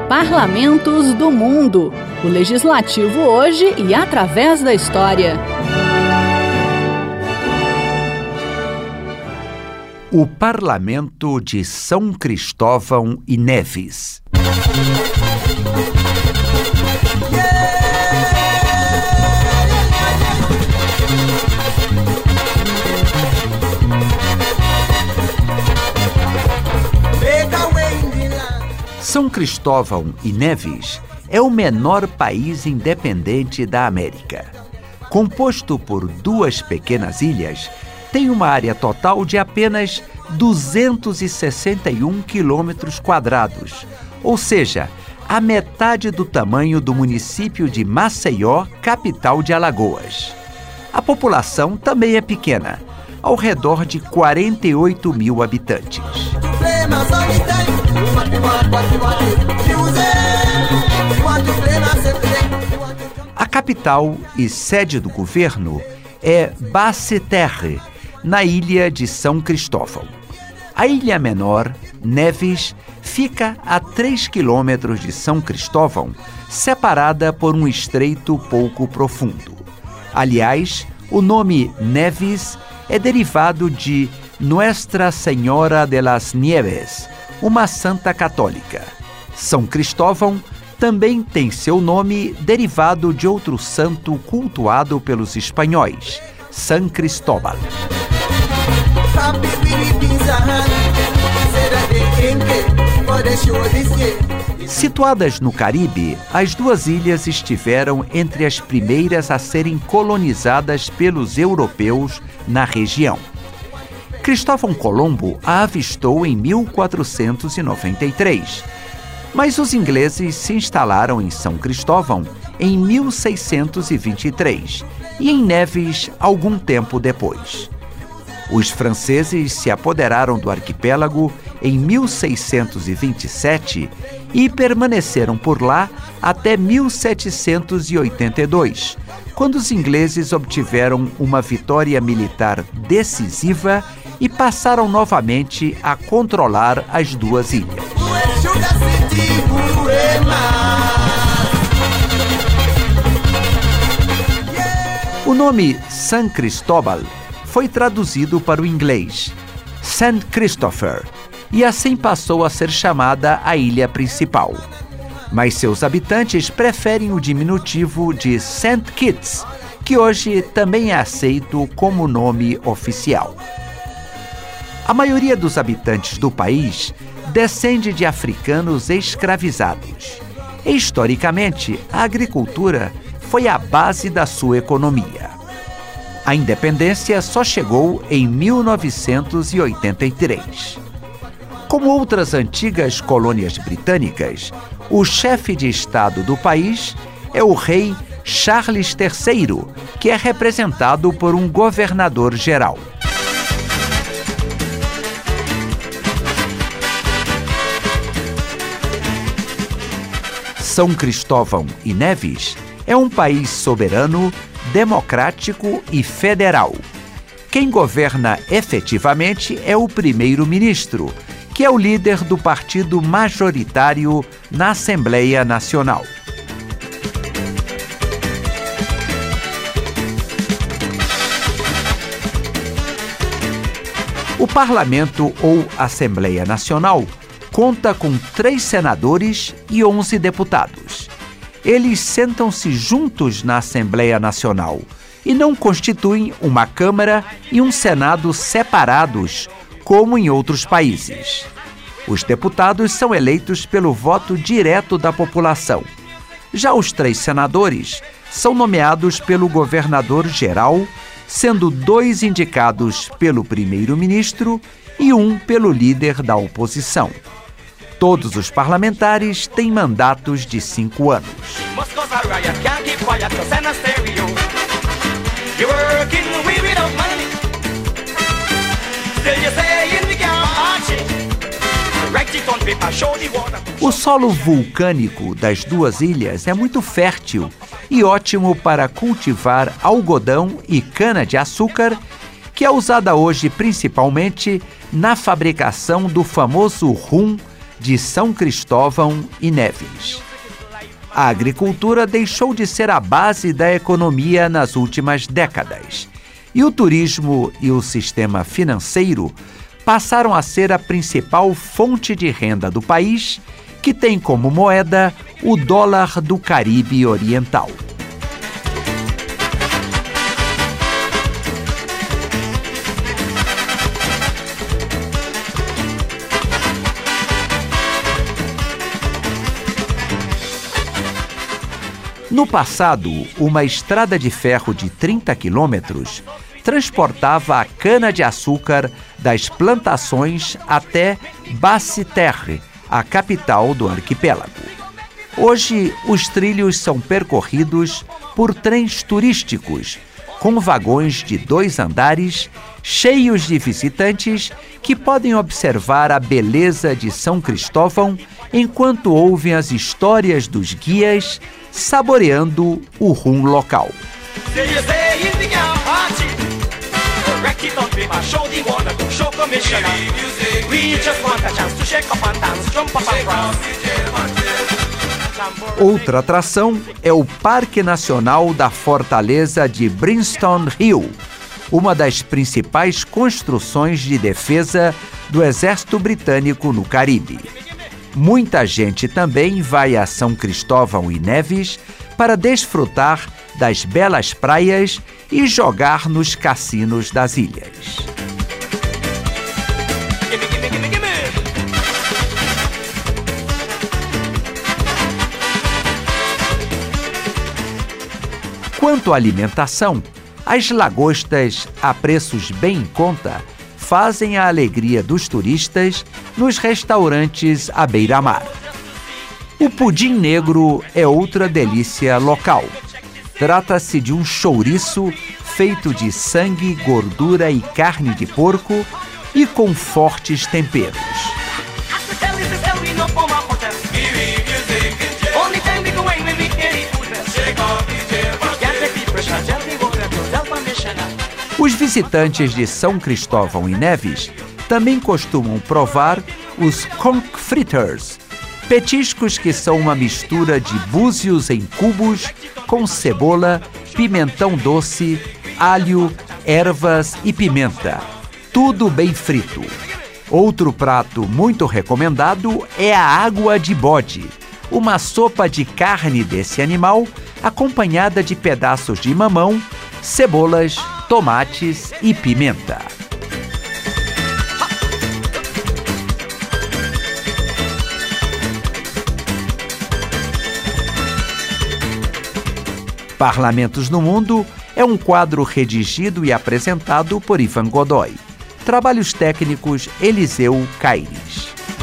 Parlamentos do Mundo. O Legislativo hoje e através da história. O Parlamento de São Cristóvão e Neves. São Cristóvão e Neves é o menor país independente da América. Composto por 2 pequenas ilhas, tem uma área total de apenas 261 quilômetros quadrados, ou seja, a metade do tamanho do município de Maceió, capital de Alagoas. A população também é pequena, ao redor de 48 mil habitantes. A capital e sede do governo é Basse-Terre, na ilha de São Cristóvão. A ilha menor, Neves, fica a 3 quilômetros de São Cristóvão, separada por um estreito pouco profundo. Aliás, o nome Neves é derivado de Nuestra Senhora de las Nieves, uma santa católica. São Cristóvão também tem seu nome derivado de outro santo cultuado pelos espanhóis, San Cristóbal. Situadas no Caribe, as 2 ilhas estiveram entre as primeiras a serem colonizadas pelos europeus na região. Cristóvão Colombo a avistou em 1493, mas os ingleses se instalaram em São Cristóvão em 1623 e em Neves algum tempo depois. Os franceses se apoderaram do arquipélago em 1627 e permaneceram por lá até 1782, quando os ingleses obtiveram uma vitória militar decisiva e passaram novamente a controlar as 2 ilhas. O nome San Cristóbal foi traduzido para o inglês St. Christopher e assim passou a ser chamada a ilha principal. Mas seus habitantes preferem o diminutivo de St. Kitts, que hoje também é aceito como nome oficial. A maioria dos habitantes do país descende de africanos escravizados. E, historicamente, a agricultura foi a base da sua economia. A independência só chegou em 1983. Como outras antigas colônias britânicas, o chefe de Estado do país é o rei Charles III, que é representado por um governador-geral. São Cristóvão e Neves é um país soberano, democrático e federal. Quem governa efetivamente é o primeiro-ministro, que é o líder do partido majoritário na Assembleia Nacional. O Parlamento ou Assembleia Nacional conta com 3 senadores e 11 deputados. Eles sentam-se juntos na Assembleia Nacional e não constituem uma Câmara e um Senado separados, como em outros países. Os deputados são eleitos pelo voto direto da população. Já os 3 senadores são nomeados pelo governador-geral, sendo 2 indicados pelo primeiro-ministro e 1 pelo líder da oposição. Todos os parlamentares têm mandatos de 5 anos. O solo vulcânico das 2 ilhas é muito fértil e ótimo para cultivar algodão e cana-de-açúcar, que é usada hoje principalmente na fabricação do famoso rum de São Cristóvão e Neves. A agricultura deixou de ser a base da economia nas últimas décadas, e o turismo e o sistema financeiro passaram a ser a principal fonte de renda do país, que tem como moeda o dólar do Caribe Oriental. No passado, uma estrada de ferro de 30 quilômetros transportava a cana-de-açúcar das plantações até Basse-Terre, a capital do arquipélago. Hoje, os trilhos são percorridos por trens turísticos, com vagões de 2 andares, cheios de visitantes que podem observar a beleza de São Cristóvão enquanto ouvem as histórias dos guias, saboreando o rum local. Outra atração é o Parque Nacional da Fortaleza de Brimstone Hill, uma das principais construções de defesa do Exército Britânico no Caribe. Muita gente também vai a São Cristóvão e Neves para desfrutar das belas praias e jogar nos cassinos das ilhas. Quanto à alimentação, as lagostas a preços bem em conta fazem a alegria dos turistas nos restaurantes à beira-mar. O pudim negro é outra delícia local. Trata-se de um chouriço feito de sangue, gordura e carne de porco e com fortes temperos. Os visitantes de São Cristóvão e Neves também costumam provar os conch fritters, petiscos que são uma mistura de búzios em cubos com cebola, pimentão doce, alho, ervas e pimenta, tudo bem frito. Outro prato muito recomendado é a água de bode, uma sopa de carne desse animal acompanhada de pedaços de mamão, cebolas, tomates e pimenta. Parlamentos no Mundo é um quadro redigido e apresentado por Ivan Godoy. Trabalhos técnicos Eliseu Caires.